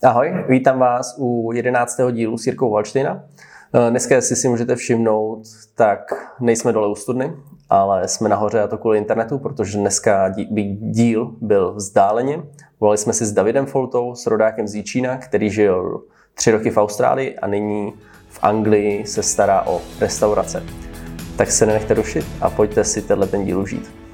Ahoj, vítám vás u 11. dílu s Jirkou Waldštejna. Dneska, jestli si můžete všimnout, tak nejsme dole u studny, ale jsme nahoře, a to kvůli internetu, protože dneska díl byl vzdáleně. Volali jsme si s Davidem Foltou, s rodákem z Jičína, který žil 3 roky v Austrálii a nyní v Anglii se stará o restaurace. Tak se nenechte rušit a pojďte si ten díl užít.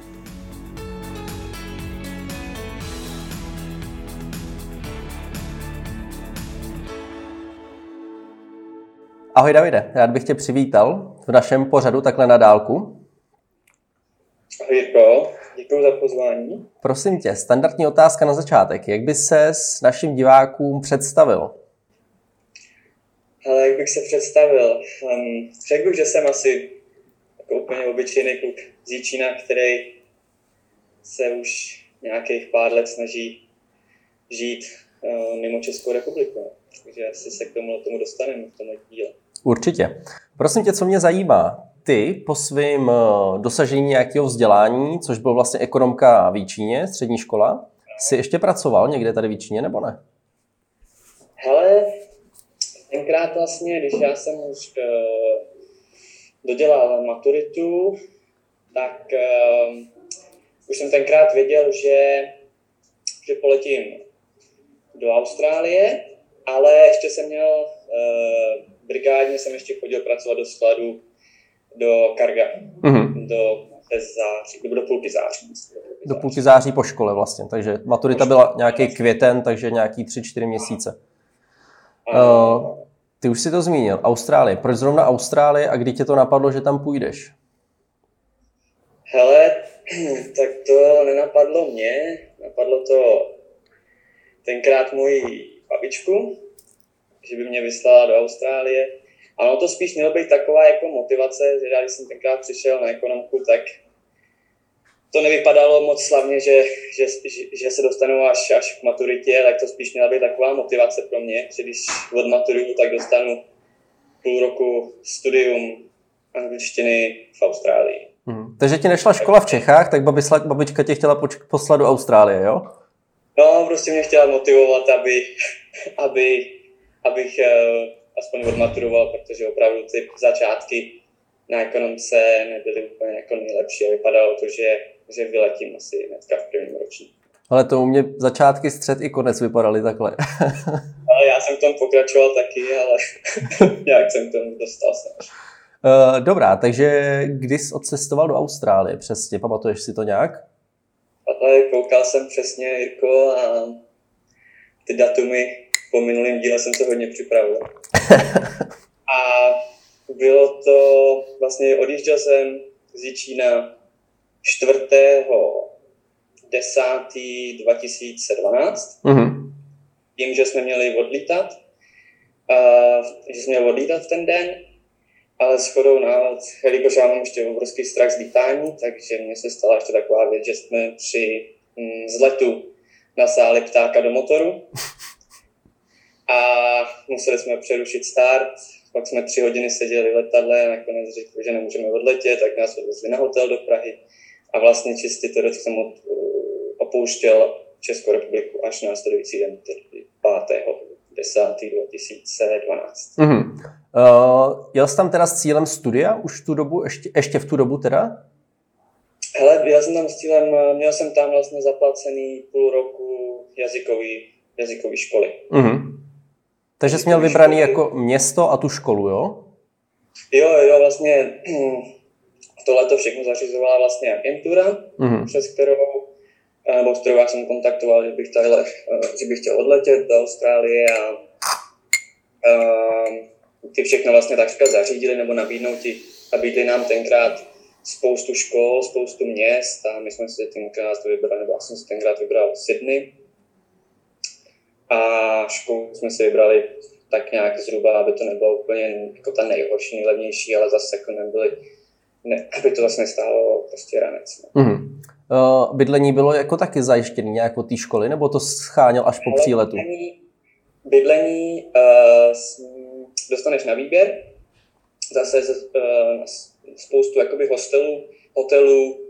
Ahoj Davide, rád bych tě přivítal v našem pořadu takhle na dálku. Ahoj Jirko, děkuji za pozvání. Prosím tě, standardní otázka na začátek. Jak bys se s našim divákům představil? Ale jak bych se představil? Řekl bych, že jsem asi jako úplně obyčejný kluk z Jičína, který se už nějakých pár let snaží žít mimo Českou republiku. Takže asi se k tomu dostaneme v tomhle díle. Určitě. Prosím tě, co mě zajímá, ty po svém dosažení nějakého vzdělání, což byl vlastně ekonomka v Jičíně, střední škola, jsi ještě pracoval někde tady v Jičíně, nebo ne? Hele, tenkrát vlastně, když já jsem už dodělal maturitu, tak už jsem tenkrát věděl, že poletím do Austrálie, ale ještě jsem měl brigádně jsem ještě chodil pracovat do skladu, do Karga, do půlky září. Do půlky září po škole vlastně, takže maturita byla nějaký květen, takže nějaký 3-4 měsíce. Ty už si to zmínil, Austrálie. Proč zrovna Austrálie a kdy tě to napadlo, že tam půjdeš? Hele, tak to nenapadlo mě, napadlo to tenkrát moji babičku, že by mě vyslala do Austrálie. A ono to spíš mělo být taková jako motivace, že když jsem tenkrát přišel na ekonomku, tak to nevypadalo moc slavně, že se dostanu až k maturitě, tak to spíš měla být taková motivace pro mě, že když odmaturuju, tak dostanu půl roku studium angličtiny v Austrálii. Takže ti nešla škola v Čechách, tak babička tě chtěla poslat do Austrálie, jo? No, prostě mě chtěla motivovat, abych aspoň odmaturoval, protože opravdu ty začátky na ekonomce nebyly úplně jako nejlepší a vypadalo to, že vyletím asi hnedka v prvním ročníku. Ale to u mě začátky, střed i konec vypadaly takhle. Ale já jsem v tom pokračoval taky, ale nějak jsem k tomu dostal se až. Dobrá, takže kdy jsi odcestoval do Austrálie? Přesně, pamatuješ si to nějak? Ale koukal jsem přesně, Jirko, a ty datumy po minulém díle jsem se hodně připravil. A bylo to, vlastně odjížděl jsem z Jičína 4.10.2012. Tím, že jsme měli odlítat, v ten den, ale shodou náhod, jelikož já mám ještě obrovský strach z lítání, takže mně se stala ještě taková věc, že jsme při vzletu nasáli ptáka do motoru a museli jsme přerušit start. Pak jsme 3 hodiny seděli v letadle a nakonec řekli, že nemůžeme odletět, tak nás odvezli na hotel do Prahy a vlastně čistě to jsem opouštěl Českou republiku až následující den, tedy 5.10.2012. Jel jsi tam teda s cílem studia už tu dobu, ještě v tu dobu teda? Hele, jel jsem tam s cílem, měl jsem tam vlastně zaplacený půl roku jazykový školy. Takže jsi měl vybraný jako město a tu školu, jo? Jo, vlastně tohleto všechno zařizovala vlastně agentura, přes kterou já jsem kontaktoval, že bych chtěl odletět do Austrálie a ty všechno vlastně takřka zařídili nebo nabídli nám tenkrát spoustu škol, spoustu měst a my jsme si tenkrát vybrali, nebo já jsem si tenkrát vybral Sydney a školu jsme si vybrali tak nějak zhruba, aby to nebylo úplně jako ta nejhorší, nejlevnější, ale zase jako aby to zase nestálo prostě ranec. Bydlení bylo jako taky zajištěný nějak od té školy, nebo to scháněl až po příletu? Bydlení dostaneš na výběr, zase spoustu jakoby hotelů,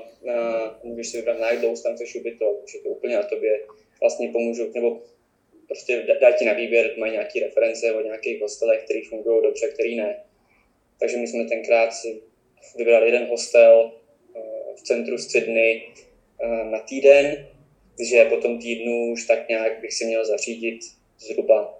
můžeš si vybrat, na jak dlouho tam chceš ubytovat, že to úplně na tobě vlastně pomůžu, nebo prostě dá ti na výběr, mají nějaké reference o nějakých hostelech, který fungují dobře, který ne. Takže my jsme tenkrát si vybrali jeden hostel v centru Sydney na týden, že po tom týdnu už tak nějak bych si měl zařídit zhruba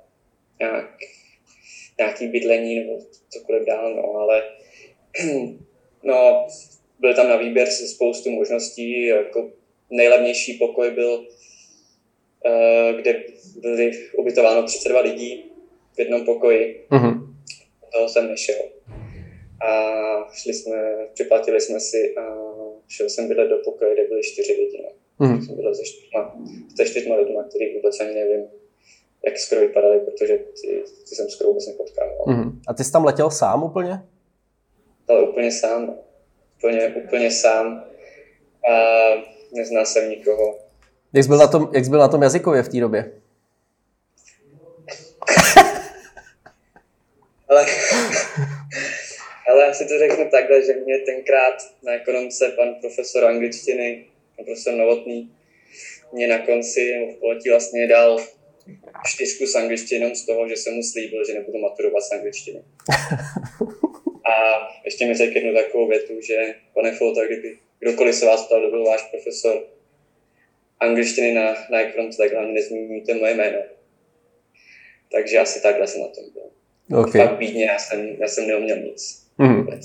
nějaký bydlení nebo cokoliv dál, no, ale no, byl tam na výběr se spoustu možností, jako nejlevnější pokoj byl, kde byly ubytováno 32 lidí v jednom pokoji. Toho jsem nešel. A připlatili jsme si a šel jsem bydlet do pokoje, kde byly 4 lidi. No. Jsem bydlet se 4 lidmi, který vůbec ani nevím, jak skoro vypadaly, protože ty jsem skoro vůbec nepotkal. A ty jsi tam letěl sám úplně? Ale úplně sám. No. Úplně sám. A neznal jsem nikoho. Jak jsi byl na tom jazykově v té době? Ale já si to řeknu takhle, že mě tenkrát na ekonomce pan profesor angličtiny, pan profesor Novotný, mě na konci v poletí vlastně dal 4 z angličtiny z toho, že jsem mu slíbil, že nebudu maturovat z angličtiny. A ještě mi řekl jednu takovou větu, že pane Folta, kdyby kdokoliv se vás ptal, kdo byl váš profesor angličtiny na ekonomce, tak hlavně nezmíníte moje jméno. Takže asi takhle jsem na tom byl. Okay. Fakt bídně, já jsem neuměl nic. Vůbec.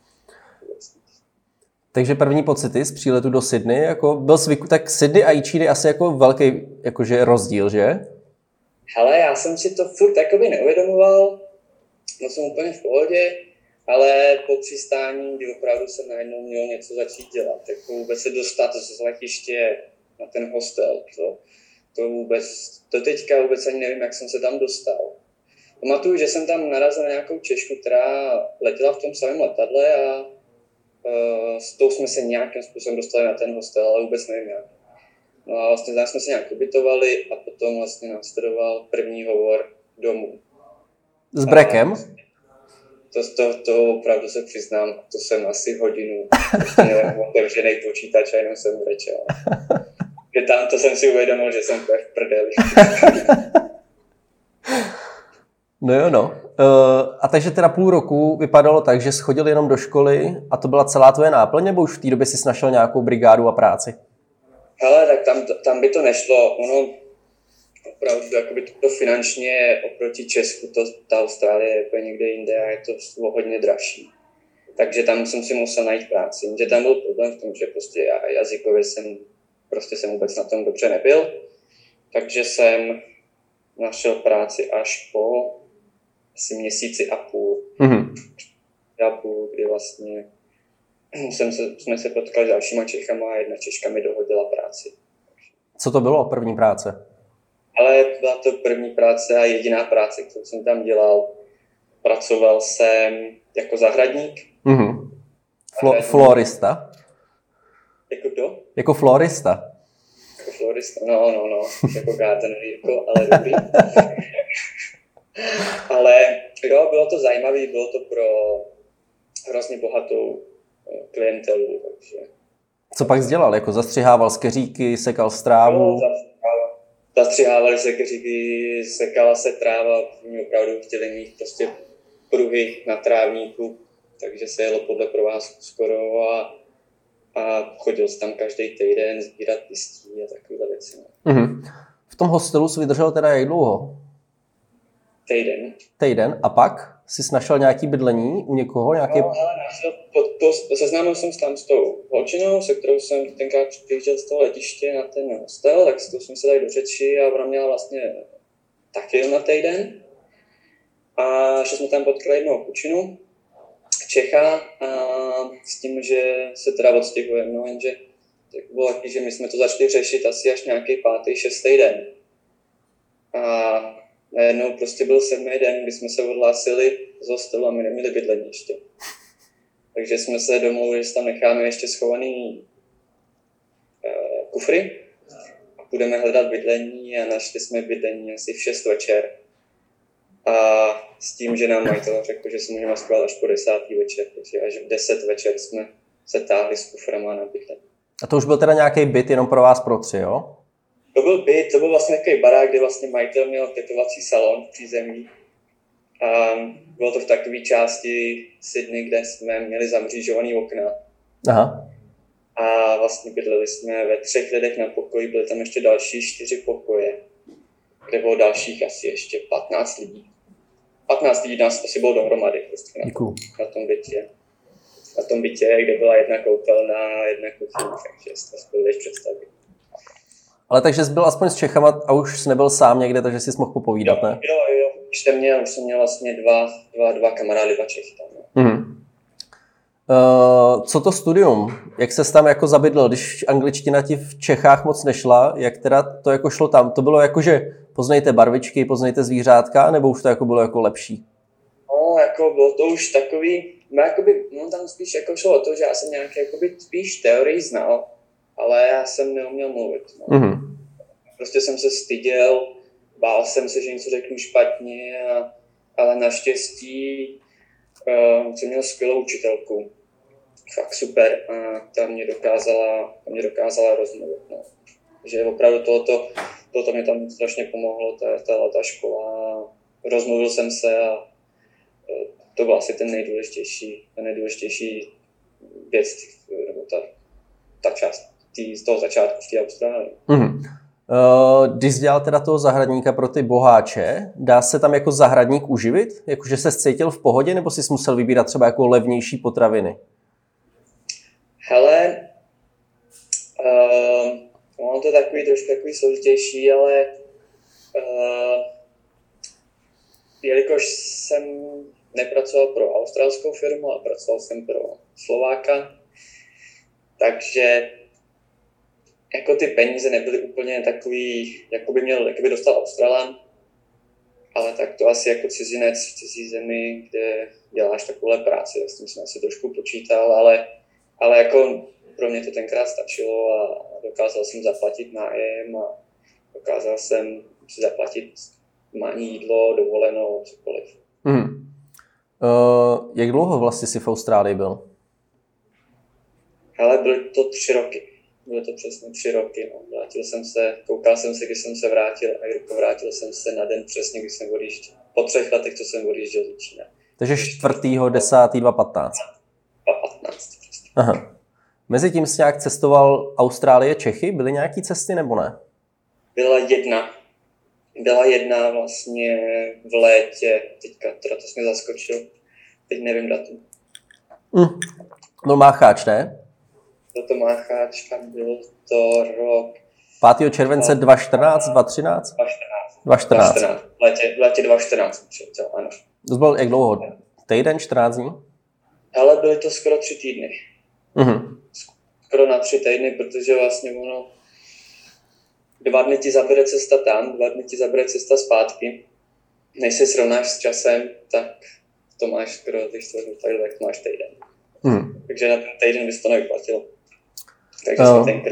Takže první pocity z příletu do Sydney, jako byl tak Sydney a Jičíny asi jako velký jakože rozdíl, že? Hele, já jsem si to furt jakoby neuvědomoval, no jsem úplně v pohodě, ale po přistání, kdy opravdu jsem najednou měl něco začít dělat, jako vůbec se dostat z letiště na ten hostel, to teďka vůbec ani nevím, jak jsem se tam dostal. Pamatuju, že jsem tam narazil na nějakou Češku, která letěla v tom samém letadle a s tou jsme se nějakým způsobem dostali na ten hostel, ale vůbec nevím jak. No a vlastně tam jsme se nějak ubytovali a potom vlastně následoval první hovor domů. S Brekem? To opravdu se přiznám, to jsem asi hodinu měl otevřený počítač a jenom jsem brečel. Že tam to jsem si uvědomil, že jsem v prdeli. No jo, no. A takže teda půl roku vypadalo tak, že jsi chodil jenom do školy a to byla celá tvoje náplň, nebo už v té době jsi našel nějakou brigádu a práci? Hele, tak tam by to nešlo. Ono opravdu jakoby to finančně oproti Česku, ta Austrálie je úplně někde jinde a je to hodně dražší. Takže tam jsem si musel najít práci. Že tam byl problém v tom, že prostě já jazykově jsem vůbec na tom dobře nebyl. Takže jsem našel práci až po asi měsíci a půl. Kdy vlastně jsme se potkali s dalšíma Čechama a jedna Češka mi dohodila práci. Co to bylo, první práce? Ale byla to první práce a jediná práce, kterou jsem tam dělal. Pracoval jsem jako zahradník. Florista? Jako kdo? Jako florista. Jako florista, no. Jako gardener, ale dobrý. Ale jo, bylo to zajímavé, bylo to pro hrozně bohatou klientelu. Takže. Co pak jsi dělal? Jako zastřihával skeříky, sekal strávu? Zastřihávali se keříky, sekala se tráva, oni opravdu chtěli mít prostě pruhy na trávníku, takže se jelo podle provázku skoro a chodil jsem tam každý týden sbírat listí a takovéhle věci. V tom hostelu jsi vydržel teda jak dlouho? Týden. A pak jsi našel nějaký bydlení u někoho? Seznámil jsem tam s tou holčinou, se kterou jsem tenkrát přijížděl z toho letiště na ten hostel, tak s tou jsme se dali do řeči a ona měla vlastně taky na týden. A že jsme tam potkali jednoho klučinu, Čecha, a s tím, že se teda odstěhujeme, no jenže tak bylo taky, že my jsme to začali řešit asi až nějaký 5., 6. den. A najednou prostě byl 7. den, kdy jsme se odhlásili z hostelu a my neměli bydlení ještě. Takže jsme se domluvili, že tam necháme ještě schovaný kufry a budeme hledat bydlení a našli jsme bydlení asi v 6 večer. A s tím, že nám majitel řekl, že se můžeme schovat až po 10. večer, takže až v 10 večer jsme se táhli s kuframa na bydlení. A to už byl teda nějaký byt jenom pro vás pro 3, jo? To byl byt, to byl vlastně takový barák, kde vlastně majitel měl tetovací salon v přízemí. A bylo to v takové části Sydney, kde jsme měli zamřížovaný okna. Aha. A vlastně bydleli jsme ve 3 lidech na pokoji, byly tam ještě další 4 pokoje, kde bylo dalších asi ještě 15 lidí. 15 lidí nás asi bylo dohromady prostě na tom bytě. Na tom bytě, kde byla jedna koupelna, jedna kuchyně, takže to si budeš představit. Ale takže jsi byl aspoň s Čechama a už jsi nebyl sám někde, takže jsi mohl popovídat, ne? Jo. Už jsem měl vlastně dva kamarády, 2 Čechy tam. No. Mm. Co to studium? Jak ses tam jako zabydl, když angličtina ti v Čechách moc nešla, jak teda to jako šlo tam? To bylo jako, že poznejte barvičky, poznejte zvířátka, nebo už to jako bylo jako lepší? No, jako bylo to už takový, tam spíš jako šlo o to, že já jsem nějaký spíš teorii znal, ale já jsem neuměl mluvit. No. Mm-hmm. Prostě jsem se styděl, bál jsem se, že něco řeknu špatně, ale naštěstí jsem měl skvělou učitelku. Fakt super. A ta mě dokázala rozmluvit. No. Že opravdu toto mě tam strašně pomohlo, ta škola. Rozmluvil jsem se a to byl asi ten nejdůležitější věc, nebo ta část z toho začátku v té Austrálii. Mm-hmm. Když jsi dělal teda toho zahradníka pro ty boháče, dá se tam jako zahradník uživit? Jakože se cítil v pohodě, nebo jsi musel vybírat třeba jako levnější potraviny? Hele, ono to je trošku takový složitější, ale jelikož jsem nepracoval pro australskou firmu, ale pracoval jsem pro Slováka, takže jako ty peníze nebyly úplně takový, jako by dostal Australan, ale tak to asi jako cizinec v cizí zemi, kde děláš takovouhle práci, s tím jsem asi trošku počítal, ale jako pro mě to tenkrát stačilo a dokázal jsem zaplatit nájem a dokázal jsem si zaplatit normální jídlo, dovolenou, cokoliv. Jak dlouho vlastně jsi v Austrálii byl? Ale byly to 3 roky. Bylo to přesně 3 roky. No. Koukal jsem se, když jsem se vrátil a vrátil jsem se na den přesně, když jsem odjížděl. Po 3 letech, co jsem odjížděl z Číny. Takže 4.10.2015. 2015, přesně. Aha. Mezitím jsi nějak cestoval Austrálie, Čechy? Byly nějaký cesty nebo ne? Byla jedna vlastně v létě, teďka to jsi mě zaskočil, teď nevím datum. No Mácháč, ne? To Mácháč a byl to rok... 5. července 2014, 2013? 2014. V létě 2014 přijel, ano. To byl jak dlouho? Týden, 14 dní? Ale byly to skoro 3 týdny. Mm-hmm. Skoro na 3 týdny, protože vlastně 2 dny ti zabere cesta tam, 2 dny ti zabere cesta zpátky. Než se srovnáš s časem, tak to máš skoro, když to vezmu takhle, tak máš týden. Takže na ten týden bys to nevyplatilo. Takže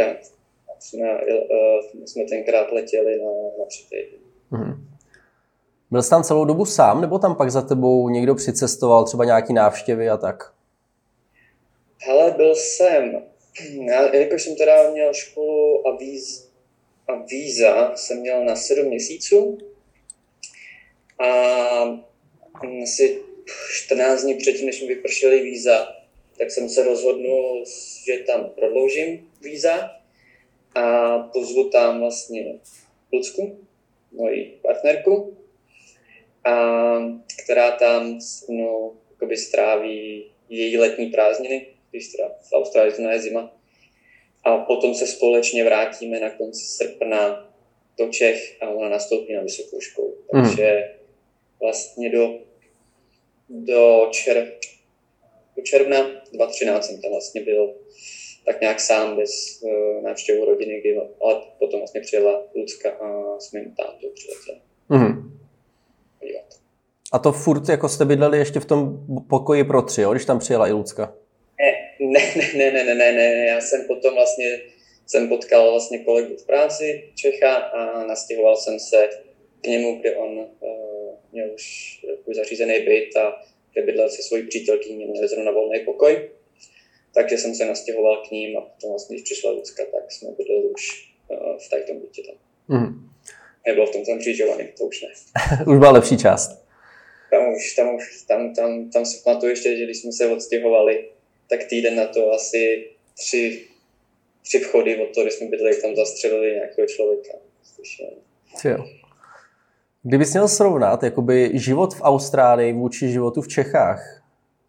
jsme tenkrát letěli na 3 týdny. Byl jsi tam celou dobu sám, nebo tam pak za tebou někdo přicestoval, třeba nějaký návštěvy a tak? Hele, byl jsem. Jelikož jsem teda měl školu a víza jsem měl na 7 měsíců a asi 14 dní předtím, než mi vypršely víza, tak jsem se rozhodnul, že tam prodloužím víza a pozvu tam vlastně Lucku, moji partnerku, která tam s mnou stráví její letní prázdniny, když teda v Austrálii je zima. A potom se společně vrátíme na konci srpna do Čech a ona nastoupí na vysokou školu. Takže vlastně do června 2013 jsem tam vlastně byl tak nějak sám bez návštěvu rodiny, ale potom vlastně přijela Lucka a s mým tátou přiletěla. A to furt jako jste bydleli ještě v tom pokoji pro 3, jo, když tam přijela i Lucka? Ne. Já jsem potom jsem potkal vlastně kolegu v práci Čecha a nastěhoval jsem se k němu, kde on měl už zařízený byt a kde bydlel se svojí přítelkyní, měl zrovna volný pokoj. Takže jsem se nastěhoval k ním a potom vlastně, když přišla Lucka, tak jsme bydleli už v tom bytě tam. Mm. Nebylo v tom tam křižovaný, to už ne. Už byla lepší část. Tam si pamatuju ještě, že když jsme se odstěhovali, tak týden na to asi tři vchody od toho, když jsme bydleli, tam zastřelili nějakého člověka. Jo. Kdybys měl srovnat jakoby život v Austrálii vůči životu v Čechách?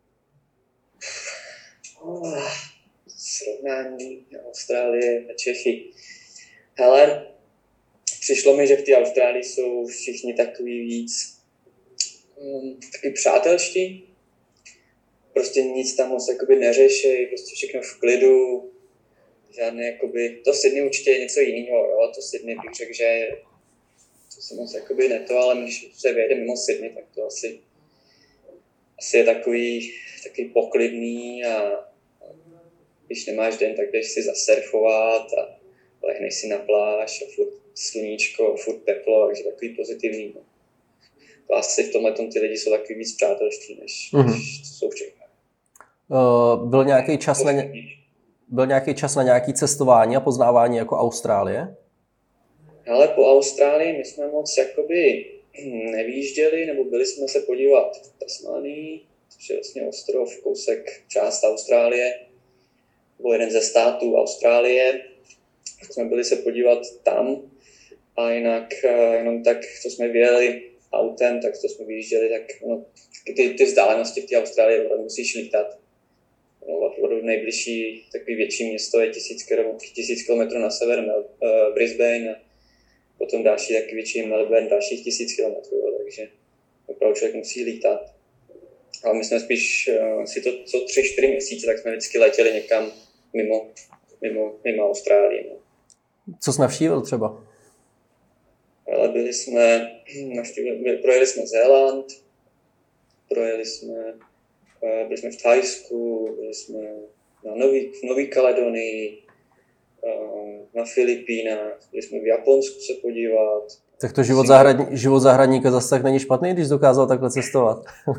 Srovnání Austrálie a Čechy. Hele, přišlo mi, že v té Austrálii jsou všichni takový víc takový přátelští. Prostě nic tam moc jakoby neřeší, prostě všechno v klidu. Žádné jakoby, to Sydney určitě je něco jiného, jo, to Sydney bych řekl, že to se moc jakoby ne to, ale když se vyjede mimo Sydney, tak to asi je takový poklidný a když nemáš den, tak jdeš si zasurfovat a lehneš si na pláž a furt sluníčko, furt teplo, takže takový pozitivní. No. To asi v tomhle ty lidi jsou takový víc přátelští, než co jsou v Čechách. Byl nějaký čas na nějaké cestování a poznávání jako Austrálie? Ale po Austrálii my jsme moc jakoby nevýjížděli, nebo byli jsme se podívat v Tasmánii, což je vlastně ostrov, kousek, část Austrálie, nebo jeden ze států Austrálie. Tak jsme byli se podívat tam a jinak jenom tak, co jsme vyjeli autem, tak to jsme vyjížděli, tak no, ty vzdálenosti v té Austrálii musíš lítat. Od nejbližší takový větší město je 1000 km na sever Brisbane a potom další takový větší Melbourne, dalších 1000 km, takže opravdu člověk musí lítat. Ale my jsme spíš si to co 3-4 měsíce, tak jsme vždycky letěli někam mimo Austrálii. No. Co jsi navštívil třeba? Ale projeli jsme Zéland, byli jsme v Thajsku, byli jsme v Nový Kaledonii, na Filipínách, byli jsme v Japonsku se podívat. Tak to život zahradníka zase tak není špatný, když dokázal takhle cestovat.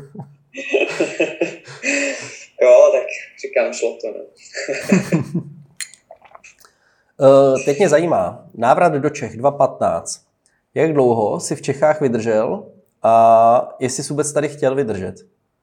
Jo, tak říkám, šlo to, no. Teď mě zajímá, návrat do Čech 2015. Jak dlouho jsi v Čechách vydržel a jestli jsi vůbec tady chtěl vydržet?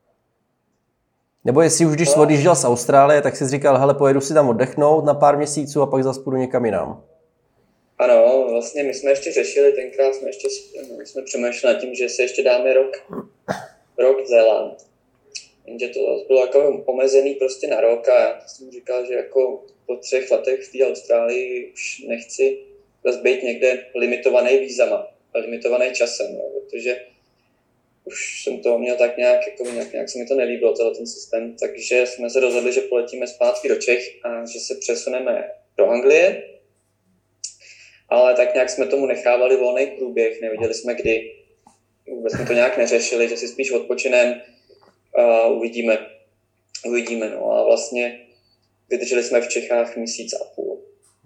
Nebo jestli už když jsi odjížděl z Austrálie, tak jsi říkal, hele, pojedu si tam oddechnout na pár měsíců a pak zase půjdu někam jinam. Ano, vlastně my jsme ještě řešili, tenkrát jsme přemýšleli nad tím, že se ještě dáme rok Zéland. Jenže to bylo jako omezený prostě na rok a já jsem říkal, že jako po 3 letech v té Austrálii už nechci zase být někde limitovaný vízama, limitovaný časem, no, protože už jsem to měl tak nějak se mi to nelíbilo, ten systém, takže jsme se rozhodli, že poletíme zpátky do Čech a že se přesuneme do Anglie, ale tak nějak jsme tomu nechávali volný průběh, nevěděli jsme kdy, vůbec jsme to nějak neřešili, že si spíš odpočineme a uvidíme, no a vlastně vydrželi jsme v Čechách měsíc a půl,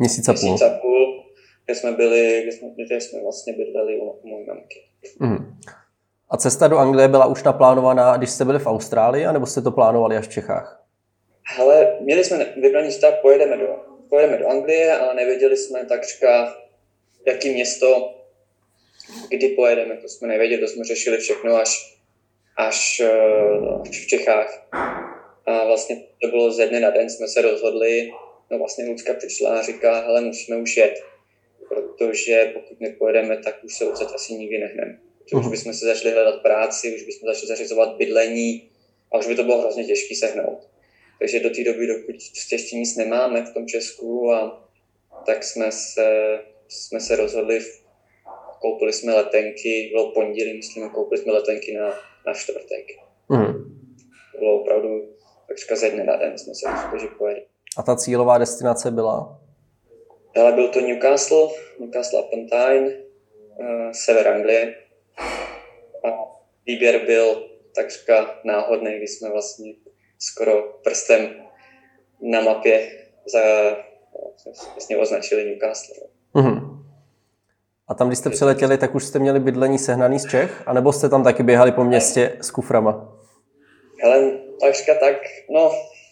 kde jsme vlastně bydleli u mojí mamky. Mm. A cesta do Anglie byla už naplánovaná, když jste byli v Austrálii, anebo jste to plánovali až v Čechách? Hele, měli jsme vybraný, že tak pojedeme do Anglie, ale nevěděli jsme takřka, jaký město, kdy pojedeme. To jsme nevěděli, to jsme řešili všechno až v Čechách. A vlastně to bylo ze dne na den, jsme se rozhodli, no vlastně Lucka přišla a říká, hele, musíme už jet, protože pokud nepojedeme, tak už se odsud asi nikdy nehneme. Už bychom se začali hledat práci, už bychom začali zařizovat bydlení a už by to bylo hrozně těžké sehnout. Takže do té doby, dokud ještě nic nemáme v tom Česku, tak jsme se rozhodli, koupili jsme letenky, bylo pondělí, myslím, koupili jsme letenky na čtvrtek. To bylo opravdu takřka ze dne na den, jsme se rozhodli, že pojedeme. A ta cílová destinace byla? Ale byl to Newcastle upon Tyne, sever Anglie. A výběr byl takřka náhodný, kdy jsme vlastně skoro prstem na mapě vlastně označili Newcastle. Mm-hmm. A tam, když jste přiletěli, tak už jste měli bydlení sehnaný z Čech? A nebo jste tam taky běhali po městě s kuframa? Hele, takřka tak,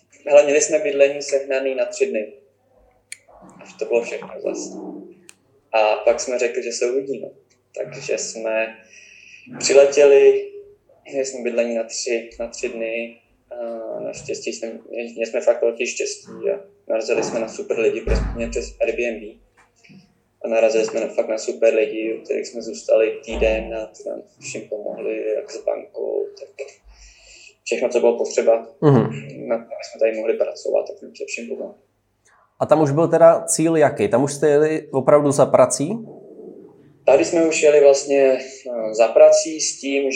měli jsme bydlení sehnaný na 3 dny. Až to bylo všechno zase. A pak jsme řekli, že se uvidíme. Takže jsme přiletěli, jsme bydlení na tři dny. A naštěstí jsme fakt velký štěstí a narazili jsme na super lidi, přes Airbnb. A narazili jsme fakt na super lidi, u kterých jsme zůstali týden a nám všim pomohli, jak s bankou, tak všechno, co bylo potřeba, na to, jsme tady mohli pracovat, tak nám se všim pomohli. A tam už byl teda cíl jaký? Tam už jste jeli opravdu za prací? Tady jsme už jeli vlastně za prací s tím,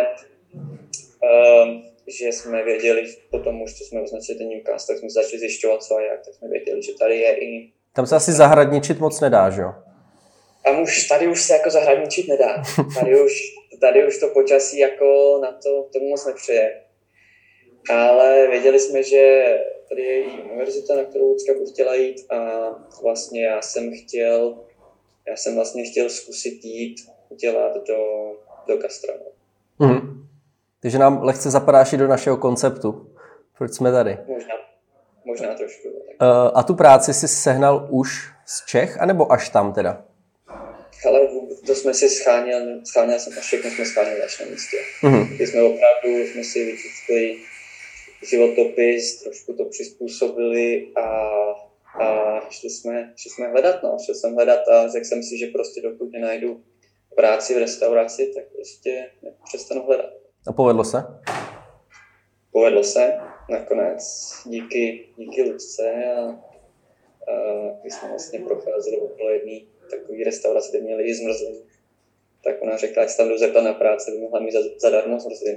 že jsme věděli, potom už, co jsme označili ten Newcastle, tak jsme začali zjišťovat, co a jak, tak jsme věděli, že tady je i... Tam se asi zahradničit moc nedá, že jo? Tady už se jako zahradničit nedá. Tady už to počasí jako na to tomu moc nepřeje. Ale věděli jsme, že tady je i univerzita, na kterou Lucka by chtěla jít a vlastně já jsem vlastně chtěl zkusit jít dělat do gastra. Takže nám lehce zapadáš i do našeho konceptu. Proč jsme tady? Možná trošku. A tu práci jsi sehnal už z Čech, anebo až tam teda? Ale to jsme si scháněl jsem a všechno jsme scháněli až na místě. Když jsme si vytiskli životopis, trošku to přizpůsobili a šli jsme hledat, no. Šel jsem hledat a řekl jsem si, že prostě dokud nenajdu práci v restauraci, tak prostě nepřestanu hledat. A povedlo se? Povedlo se, nakonec díky Lucce a když jsme vlastně procházeli okolo jedné takové restaurace, kde měli i zmrzlinu, tak ona řekla, ať se tam jdu zeptat na práci, by mohla mít zadarmo zmrzlinu.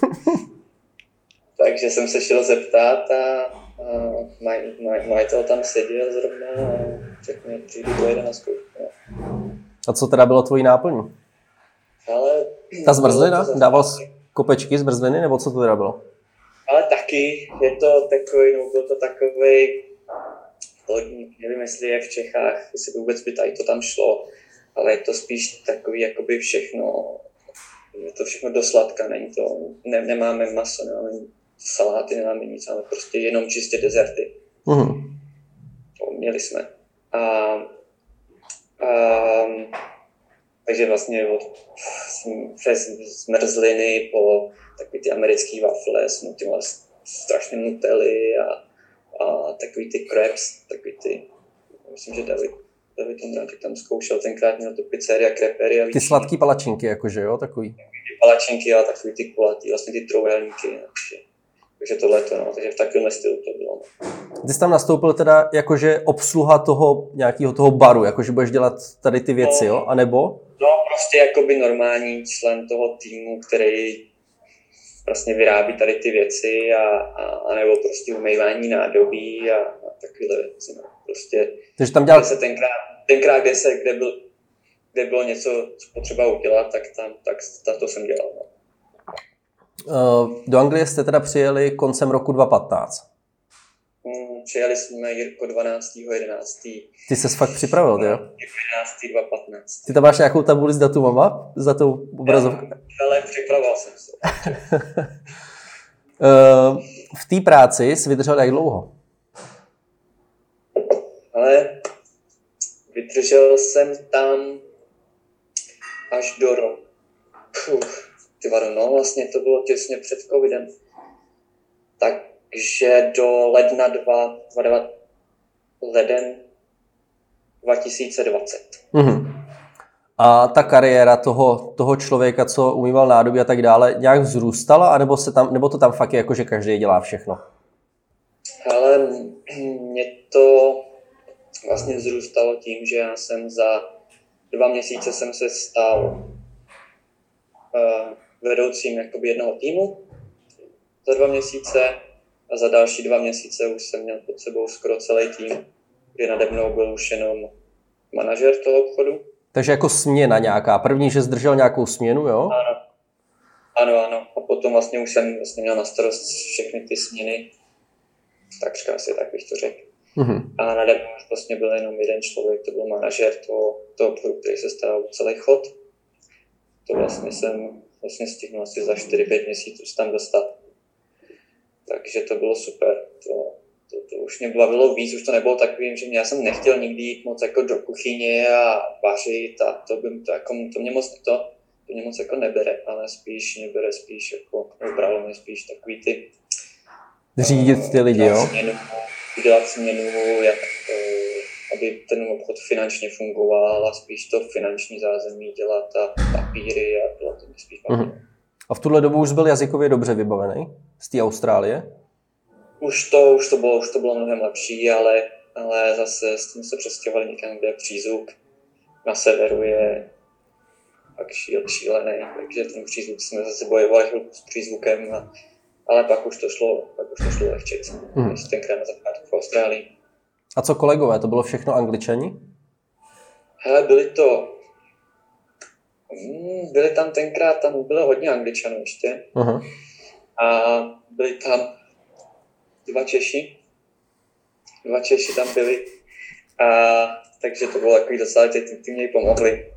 Takže jsem se šel zeptat a majitel tam seděl zrovna a řekl mi, přijdu dojde na zkoušku. A co teda bylo tvojí náplní? Ale ta zmrzlina? Dával jsi kopečky zmrzliny, nebo co to teda bylo? Ale taky, byl to takovej, nevím, jestli je v Čechách, jestli vůbec by tady to tam šlo, ale je to spíš takový, jakoby všechno, je to všechno do sladka, není to, nemáme maso, nemáme saláty, nemáme nic, ale prostě jenom čistě dezerty. To měli jsme. Takže vlastně přes zmrzliny po takový ty americký wafle, strašně nutely a takový ty crepes, myslím, že David Ondráček tam zkoušel, tenkrát měl to pizzeria, crepery. Ty sladký palačinky, jakože jo, takový? Ty palačinky a takový ty kulatý, vlastně ty trouhelníky. Takže tohleto, no, takže v takovém stylu to bylo. Ty jsi tam nastoupil teda jakože obsluha toho nějakého toho baru, jakože budeš dělat tady ty věci, jo, anebo? No, prostě jakoby normální člen toho týmu, který vlastně vyrábí tady ty věci a nebo prostě umývání nádobí a takovéhle věci, no. Prostě, takže tam dělal... tenkrát, kde bylo něco, co potřeba udělat, tak to jsem dělal, no. Do Anglie jste teda přijeli koncem roku 2015. Přijeli jsme, Jirko, 12.11. Ty ses fakt připravil, jo? 11.2015. Ty tam máš nějakou tabuli s datumama? Za tou obrazovkou? Ale připravoval jsem se. V té práci jsi vydržel jak dlouho? Ale vydržel jsem tam až do roku. No, vlastně to bylo těsně před covidem. Takže do ledna 2020. A ta kariéra toho člověka, co umýval nádobí a tak dále, nějak vzrůstala, nebo to tam fakt je jako, že každý dělá všechno? Ale mě to vlastně vzrůstalo tím, že já jsem za 2 měsíce jsem se stal vedoucím jakoby jednoho týmu za 2 měsíce a za další 2 měsíce už jsem měl pod sebou skoro celý tým, kdy nade mnou byl už jenom manažer toho obchodu. Takže jako směna nějaká. První, že zdržel nějakou směnu, jo? Ano. A potom vlastně už jsem měl na starost všechny ty směny. Takřka asi tak bych to řekl. A nade mnou už vlastně byl jenom jeden člověk, to byl manažer toho obchodu, který se staral o celý chod. To vlastně jsem stihnul asi za 4-5 měsíců tam dostat. Takže to bylo super. to už mě bavilo víc, už to nebylo takovým, že já jsem nechtěl nikdy jít moc jako do kuchyně a vařit a to mě moc jako nebere, ale spíš mě bere spíš jako, bralo mě spíš takový ty řídit ty lidi, jo? Udělat změnu, jak aby ten obchod finančně fungoval a spíš to finanční zázemí dělat a papíry a bylo to spíš papíry. A v tuhle dobu už byl jazykově dobře vybavený z té Austrálie? Už to bylo mnohem lepší, ale zase jsme se přestěhovali někam, kde přízvuk na severu je tak šílený, takže ten přízvuk jsme zase bojovali s přízvukem, ale pak už to šlo lehčit, než tenkrát na začátku v Austrálii. A co kolegové, to bylo všechno Angličani? Hele, byli tam tenkrát, tam bylo hodně Angličanů ještě. A byli tam dva Češi tam byli, takže to bylo takový docela, ty mě pomohli.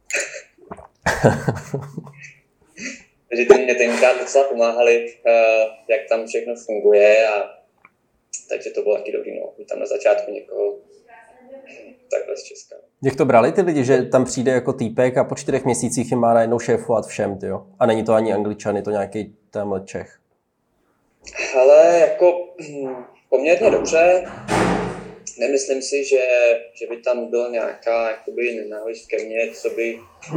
Takže ty mě tenkrát docela pomáhali, jak tam všechno funguje, takže to bylo taky dobrý, no. Tam na začátku někoho takhle z Česka. Jak to brali ty lidi, že tam přijde jako týpek a po 4 měsících jim má najednou šéfovat všem, tyjo? A není to ani Angličan, je to nějaký tamhle Čech. Ale jako poměrně dobře. Nemyslím si, že by tam byla nějaká jakoby nenávist ke mně, co by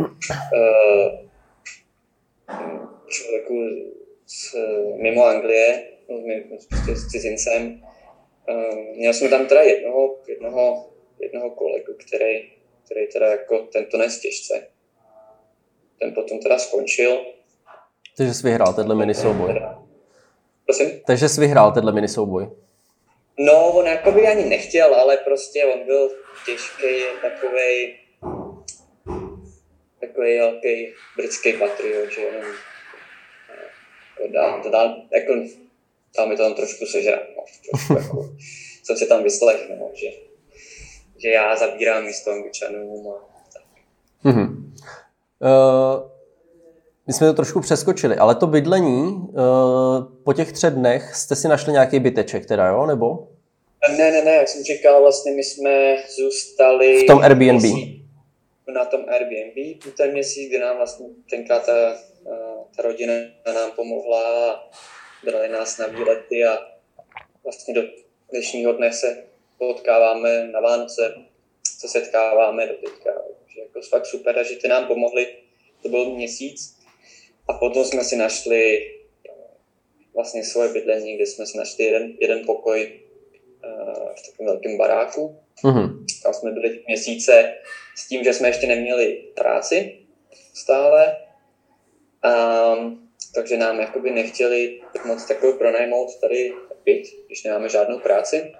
člověku mimo Anglie, prostě s cizincem. Měl jsem tam teda jednoho kolegu, který teda jako tento nes těžce. Ten potom teda skončil. Takže jsi vyhrál tenhle minisouboj. Prosím? Takže jsi vyhrál tenhle minisouboj. No, on jakoby ani nechtěl, ale prostě on byl těžký, takovej velký britský patriot, že jenom dal mi to tam trošku sežrat, no, jako, co se tam vyslechl, no, že já zabírám místo Angličanům a tak. My jsme to trošku přeskočili, ale to bydlení, po těch 3 dnech jste si našli nějaký byteček teda, jo, nebo? Ne, jak jsem říkal, vlastně my jsme zůstali v tom Airbnb. Na tom Airbnb ten měsíc, kdy nám vlastně tenkrát ta rodina nám pomohla a brali nás na výlety a vlastně do dnešního dne se potkáváme na Vánoce, se setkáváme do teďka. Takže jako fakt super, a že ty nám pomohli, to byl měsíc. A potom jsme si našli vlastně svoje bydlení, kde jsme si našli jeden pokoj v takovém velkém baráku. Tam jsme byli měsíce s tím, že jsme ještě neměli práci stále. Takže nám jakoby nechtěli moc takovou pronajmout tady byt, když nemáme žádnou práci.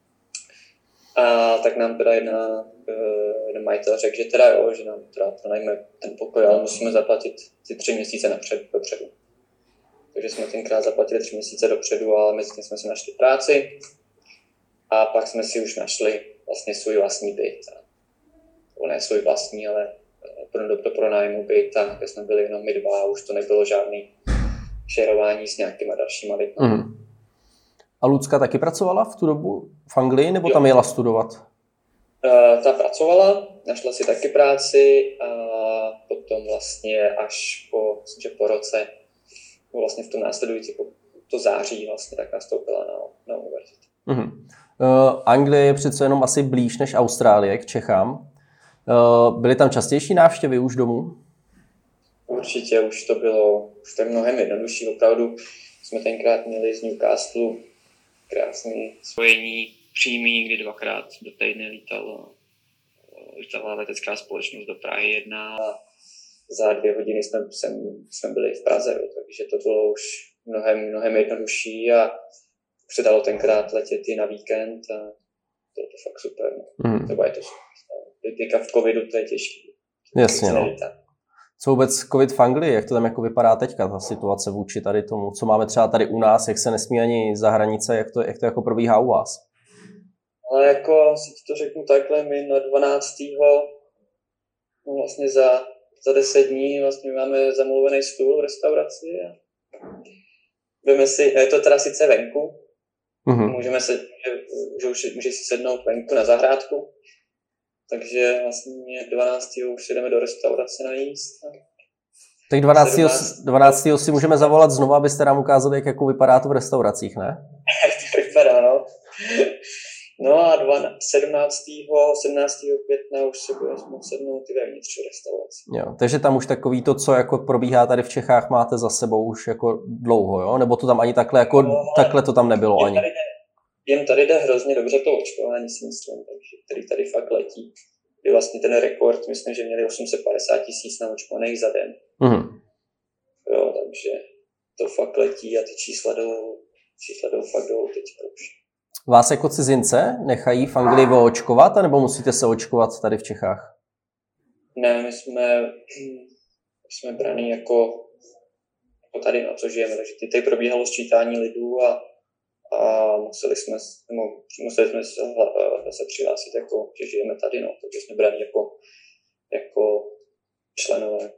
Tak nám teda jeden majitel řekl, že teda jo, že nám teda pronajme ten pokoj, ale musíme zaplatit ty 3 měsíce dopředu. Takže jsme tenkrát zaplatili 3 měsíce dopředu, ale mezi tím jsme si našli práci a pak jsme si už našli vlastně svůj vlastní byt. Ne svůj vlastní, ale do pronájmu byt, kde jsme byli jenom my dva, už to nebylo žádný šerování s nějakýma dalšíma lidmi. A Lucka taky pracovala v tu dobu v Anglii, nebo tam jela studovat? Ta pracovala, našla si taky práci a potom vlastně až po roce, vlastně v tom následující, to září vlastně, tak nastoupila na univerzitu. Anglie je přece jenom asi blíž než Austrálie k Čechám. Byly tam častější návštěvy už domů? Určitě, už to je mnohem jednodušší. Opravdu jsme tenkrát měli z Newcastle krásný spojení přímý, kdy 2krát do týdne lítala letecká společnost do Prahy 1 a za 2 hodiny jsme byli v Praze, takže to bylo už mnohem jednodušší a předalo tenkrát letět i na víkend a to fakt super. Třeba je to super. Teďka v covidu to je těžké. Jasně, no. Co vůbec covid v Anglii, jak to tam jako vypadá teďka, ta situace vůči tady tomu, co máme třeba tady u nás, jak se nesmí ani za hranice, jak to jako probíhá u vás? Ale jako si to řeknu takhle, my na 12. vlastně za 10 dní vlastně máme zamluvený stůl v restauraci a veme si, je to teda sice venku, Můžeme se, že už může si sednout venku na zahrádku, takže vlastně 12. už jdeme do restaurace najíst. Tak 12. si můžeme zavolat znovu, abyste nám ukázali, jak jako vypadá to v restauracích, ne? To vypadá, no. No a 17. května už se bude moct sednout i vevnitř restaurace. Jo, takže tam už takový to, co jako probíhá tady v Čechách, máte za sebou už jako dlouho, jo? Nebo to tam ani takhle, jako takhle to tam nebylo ani? Jen tady jde hrozně dobře to očkování, si myslím, takže který tady fakt letí. Je vlastně ten rekord, myslím, že měli 850 000 naočkovaných za den. Jo, takže to fakt letí a ty čísla jdou fakt dolů teďka už. Vás jako cizince nechají v Anglii oočkovat, anebo musíte se očkovat tady v Čechách? Ne, my jsme braní jako tady, na co žijeme, takže tady probíhalo sčítání lidů a museli jsme se přihlásit, jako, že žijeme tady, no, takže jsme braní jako členové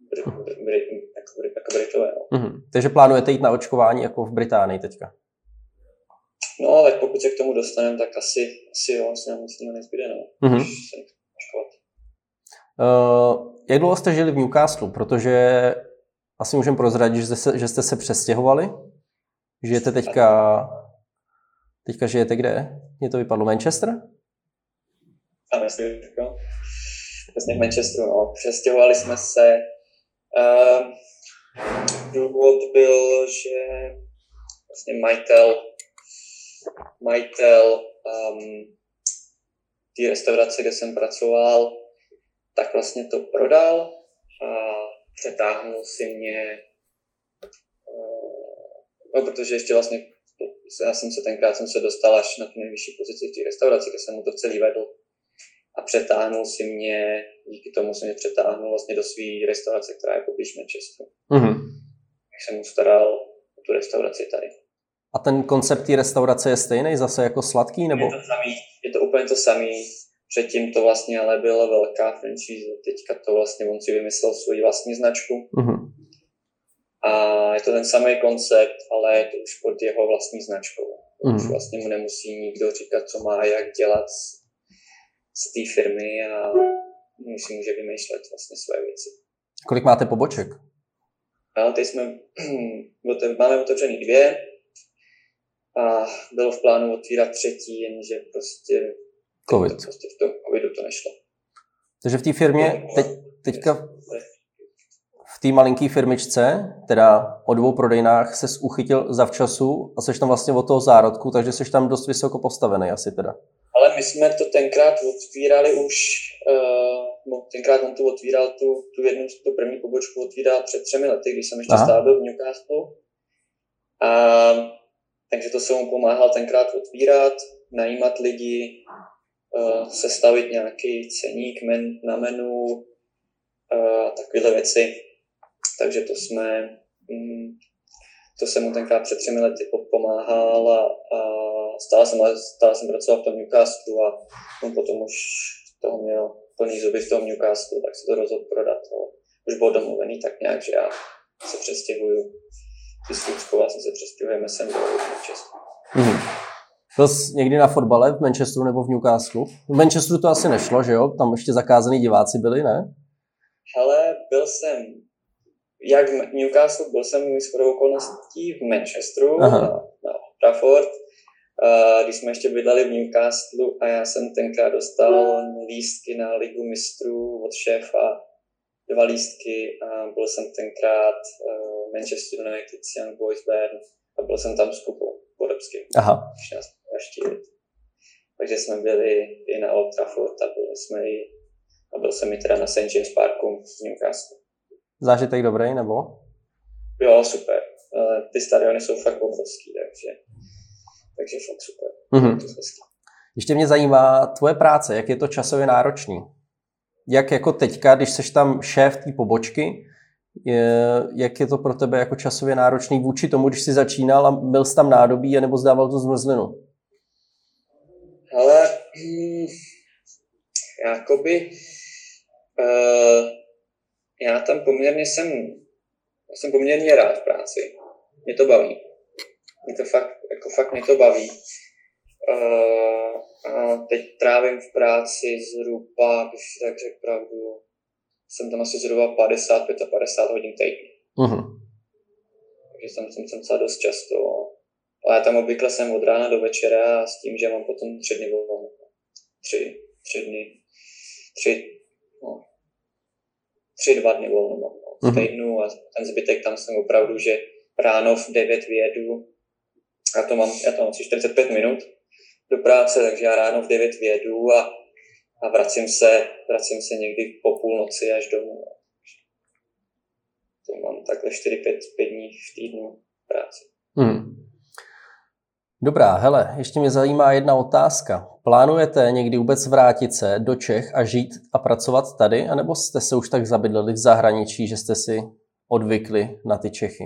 jako Britové. No. Takže plánujete jít na očkování jako v Británii teďka? No, tak pokud se k tomu dostaneme, tak asi jo, asi nám nic nezbyde, no. Jak dlouho jste žili v Newcastlu? Protože asi můžeme prozradit, že jste se přestěhovali. Žijete teďka žijete kde? Mně to vypadlo Manchester? Ano, jestli jo. Vlastně v Manchesteru, no. Přestěhovali jsme se. Důvod byl, že vlastně majitel té restaurace, kde jsem pracoval, tak vlastně to prodal a přetáhnul si mě, protože ještě vlastně tenkrát jsem se dostal až na tu nejvyšší pozici v té restauraci, kde jsem mu to celý vedl. A přetáhnul si mě, díky tomu se mě přetáhnul vlastně do své restaurace, která je poblíž Manchesteru. Tak jsem mu staral o tu restauraci tady. A ten koncept té restaurace je stejný, zase jako sladký, nebo? Je to úplně to samý. Předtím to vlastně ale byla velká franchise, teďka to vlastně on si vymyslel svou vlastní značku. A je to ten samý koncept, ale je to už pod jeho vlastní značkou. Už vlastně mu nemusí nikdo říkat, co má jak dělat z té firmy a si může vymýšlet vlastně své věci. Kolik máte poboček? Ale teď máme otevřený 2 a bylo v plánu otvírat 3, jenže prostě v tom covidu to nešlo. Takže v té firmě teďka v té malinký firmičce, teda o 2 prodejnách, ses uchytil zavčasu a seš tam vlastně od toho zárodku, takže seš tam dost vysoko postavený asi teda. Ale my jsme to tenkrát otvírali už, tenkrát on tu otvíral tu první pobočku otvíral před 3 lety, když jsem ještě stál byl v Newcastlu. Takže to se mu pomáhal tenkrát otvírat, najímat lidi, sestavit nějaký ceník na menu, takovéhle věci. Takže to jsem mu tenkrát před 3 lety pomáhal a stále jsem pracoval v tom Newcastlu a on potom už toho měl plný zuby v tom Newcastlu, tak se to rozhodl prodat. Už bylo domluvený tak nějak, že já se přestěhuju. Ty Slučkou vlastně se přestěhujeme sem do Manchesteru. Byl jsi někdy na fotbale v Manchesteru nebo v Newcastlu? V Manchesteru to asi nešlo, že jo? Tam ještě zakázaný diváci byli, ne? Hele, byl jsem jak v Newcastlu, byl jsem shodou okolností v Manchesteru na Old Trafford, když jsme ještě bydleli v Newcastlu a já jsem tenkrát dostal lístky na Ligu mistrů od šéfa, 2 lístky a byl jsem tenkrát Manchester United, Young Boys Bern a byl jsem tam s Kupou Podobským. Takže jsme byli i na Old Trafford a byl jsem i teda na St. James Parku v Newcastle. Zážitek dobrý, nebo? Jo, super. Ty stadiony jsou fakt obrovský, takže fakt super. Ještě mě zajímá tvoje práce, jak je to časově náročný. Jak jako teďka, když seš tam šéf té pobočky, jak je to pro tebe jako časově náročný vůči tomu, když jsi začínal a byl jsi tam nádobí, nebo zdával tu zmrzlinu? Ale já tam jsem poměrně rád v práci. Mě to baví. Fakt mě to baví. A teď trávím v práci zhruba, když tak řekl pravdu, jsem tam asi zhruba 50 hodin týdně. Takže jsem docela dost často. Ale já tam obvykle jsem od rána do večera s tím, že mám potom 3 dny volno. 2 dny volno mám v týdnu a ten zbytek tam jsem opravdu, že ráno v 9 vyjedu. Já to mám asi 45 minut do práce, takže já ráno v 9 vyjedu a vracím se někdy po půlnoci až domů. To mám takhle 4-5 dní v týdnu práci. Dobrá, hele, ještě mě zajímá jedna otázka. Plánujete někdy vůbec vrátit se do Čech a žít a pracovat tady, anebo jste se už tak zabydleli v zahraničí, že jste si odvykli na ty Čechy?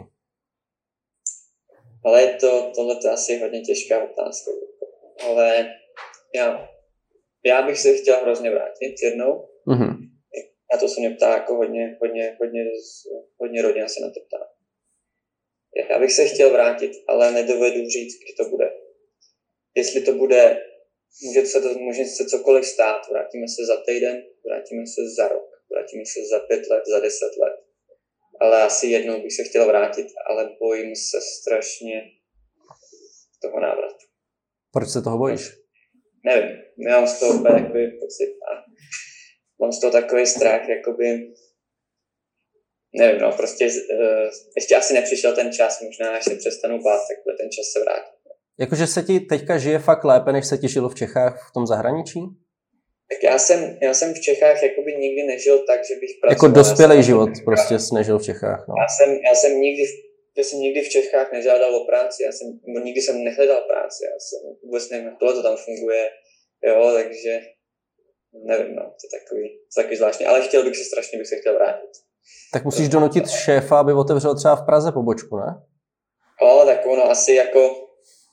Ale tohle je asi hodně těžká otázka. Ale já bych se chtěl hrozně vrátit jednou. A to se mě ptá jako hodně rodin se na to ptá. Já bych se chtěl vrátit, ale nedovedu říct, kdy to bude. Jestli to bude, může se cokoliv stát. Vrátíme se za týden, vrátíme se za rok, vrátíme se za 5 let, za 10 let. Ale asi jednou bych se chtěl vrátit, ale bojím se strašně toho návratu. Proč se toho bojíš? Nevím, mám z toho takový pocit a mám z toho takový strach, jakoby, nevím, no, prostě ještě asi nepřišel ten čas, možná až se přestanu bát, tak bude ten čas se vrátit. Jakože se ti teďka žije fakt lépe, než se ti žilo v Čechách v tom zahraničí? Tak já jsem v Čechách jakoby nikdy nežil tak, že bych pracoval. Jako dospělý život prostě jsi nežil v Čechách, no. Já jsem nikdy v Čechách nežádal o práci, nikdy jsem nehledal práci, já jsem vůbec nevím, jak to tam funguje, jo, takže nevím, no, to je takový zvláštní, ale strašně bych se chtěl vrátit. Tak musíš donutit šéfa, aby otevřel třeba v Praze pobočku, ne? Jo, tak ono asi jako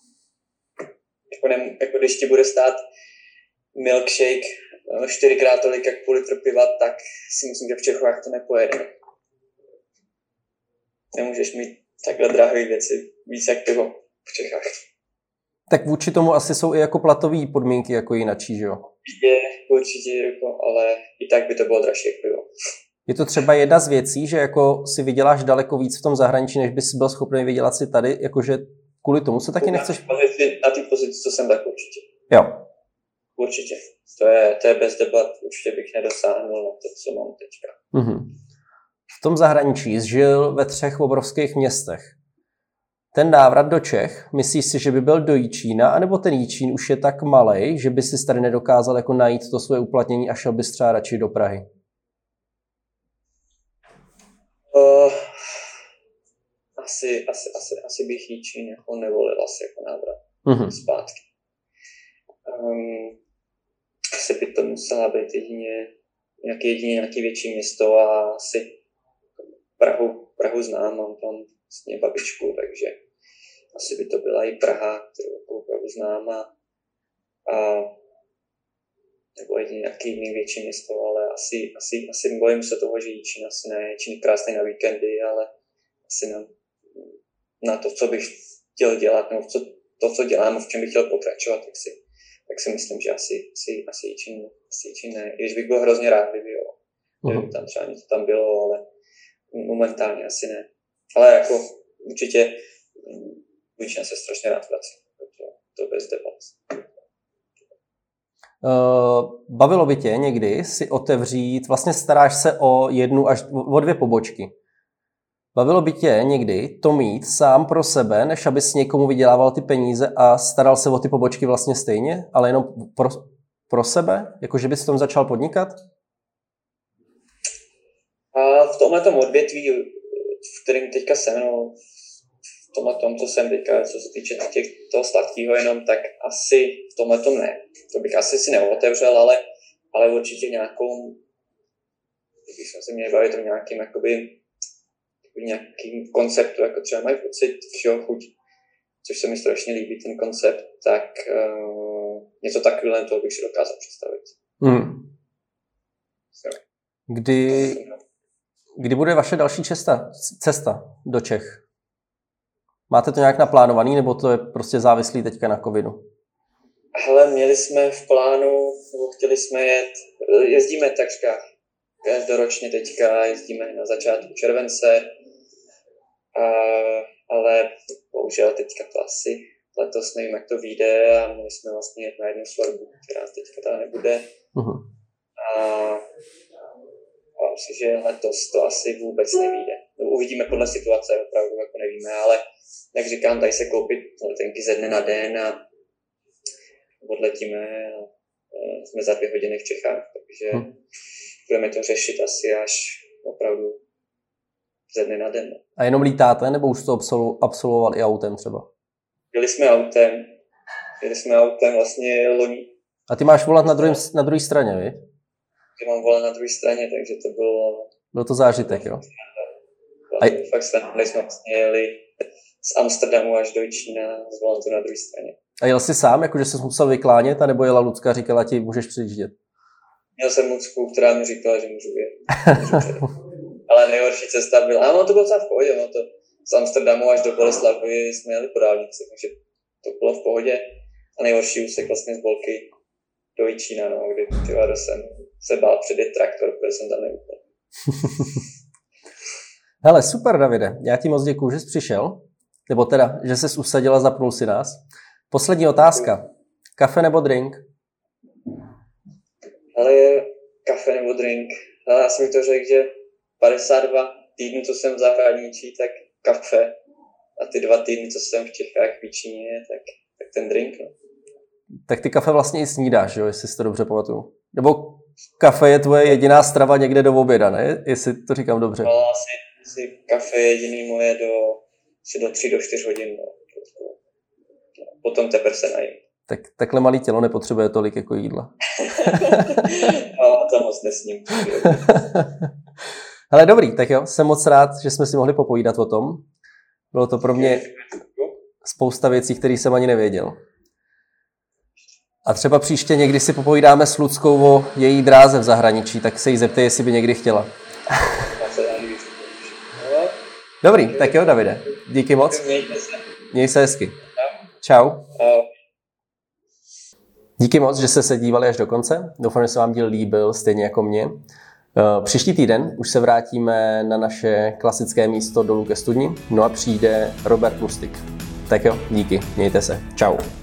když ti bude stát milkshake 4x tolik jak půl litr piva, tak si myslím, že v Čechách to nepojede. Nemůžeš mít takhle drahé věci víc jak pivo v Čechách. Tak vůči tomu asi jsou i jako platové podmínky jako jinačí, že jo? Určitě, ale i tak by to bylo dražší jak pivo. Je to třeba jedna z věcí, že jako si vyděláš daleko víc v tom zahraničí, než bys byl schopný vydělat si tady, jakože kvůli tomu se taky nechceš... Na té pozici, co jsem, tak určitě. Jo. Určitě. To je bez debat, určitě bych nedosáhnul na to, co mám teďka. V tom zahraničí jsi žil ve 3 obrovských městech. Ten návrat do Čech, myslíš si, že by byl do Jičína, anebo ten Jičín už je tak malej, že by si tady nedokázal jako najít to svoje uplatnění a šel bys třeba radši do Prahy? Asi bych Jičín jako nevolil asi jako návrat zpátky. Asi by to musela být nějaké větší město a asi Prahu znám, mám tam vlastně babičku, takže asi by to byla i Praha, kterou opravdu znám a nebo nějaké jiné větší město, ale asi bojím se toho, že Jičín asi ne. Jičín je krásný na víkendy, ale asi na to, co bych chtěl dělat, nebo to, co dělám, v čem bych chtěl pokračovat, tak si myslím, že asi Jičín ne. I když bych byl hrozně rád, kdyby jo. Kdyby tam třeba něco tam bylo, ale momentálně asi ne. Ale jako určitě Jičín se strašně rád vrací. To bez debat. Bavilo by tě někdy si otevřít, vlastně staráš se o 1 až 2 pobočky. Bavilo by tě někdy to mít sám pro sebe, než abys někomu vydělával ty peníze a staral se o ty pobočky vlastně stejně, ale jenom pro sebe? Jakože bys v tom začal podnikat? A v tomhletom odvětví, v kterém teďka jsem, v tomhletom, co jsem teďka, co se týče toho sladkého jenom, tak asi v tomhletom ne. To bych asi si neotevřel, ale určitě nějakou, když jsme se měli bavit o nějakým konceptu, jako třeba mají pocit všeho chuť, což se mi strašně líbí, ten koncept, tak něco takového toho bych si dokázal představit. Kdy bude vaše další cesta do Čech? Máte to nějak naplánovaný, nebo to je prostě závislý teďka na covidu? Hele, měli jsme v plánu, nebo chtěli jsme jezdíme takřka každoročně teďka, jezdíme na začátku července, ale bohužel teďka to asi letos nevím, jak to vyjde a měli jsme vlastně na jednu svatbu, která teďka teda nebude. A myslím, že letos to asi vůbec nevyjde. Uvidíme podle situace, opravdu jako nevíme, ale jak říkám, tady se koupit letenky ze dne na den a odletíme a jsme za 2 hodiny v Čechách, takže budeme to řešit asi až opravdu ze dne na den. A jenom lítáte, nebo už to absolvoval i autem třeba? Jeli jsme autem vlastně loni. A ty máš volat na druhé straně, vi? Já mám volat na druhé straně, takže to bylo... Byl to zážitek, jo? Fakt jsme vlastně jeli z Amsterdamu až do Jičína z volantu na druhé straně. A jel jsi sám, jakože jsi musel vyklánět, anebo jela Lucka a říkala ti, můžeš přijíždět? Měl jsem Lucku, která mi říkala, že můžu jet. Ale nejhorší cesta byla, no to bylo v pohodě, no to z Amsterdamu až do Boleslavy jsme jeli po dálnici, takže to bylo v pohodě. A nejhorší úsek vlastně z Bolky do Jičína, no, kdy jsem se bál předjet traktor, protože jsem tam neupěl. Hele, super, Davide, já ti moc děkuju, že jsi přišel, nebo teda, že jsi usadil a zapnul si nás. Poslední otázka. Kafe nebo drink? Ale je kafe nebo drink. Ale já jsem to řekl, že 52 týdnů, co jsem v zahraničí, tak kafe. A ty 2 týdny, co jsem v Čechách v Číně, tak ten drink. No. Tak ty kafe vlastně i snídáš, jo, jestli si to dobře pamatuju. Nebo kafe je tvoje jediná strava někde do oběda, ne? Jestli to říkám dobře. No, asi kafe je jediný moje do 3 do 4 hodin. No. Potom teprve se najím. Tak takhle malý tělo nepotřebuje tolik jako jídla. No, to moc nesním. Hele, dobrý, tak jo, jsem moc rád, že jsme si mohli popovídat o tom. Bylo to pro mě spousta věcí, které jsem ani nevěděl. A třeba příště někdy si popovídáme s Luckou o její dráze v zahraničí, tak se jí zeptej, jestli by někdy chtěla. Dobrý, tak jo, Davide. Díky moc. Měj se hezky. Čau. Díky moc, že jste se dívali až do konce. Doufám, že se vám díl líbil, stejně jako mě. Příští týden už se vrátíme na naše klasické místo dolů ke studni, no a přijde Robert Lustig. Tak jo, díky, mějte se. Čau.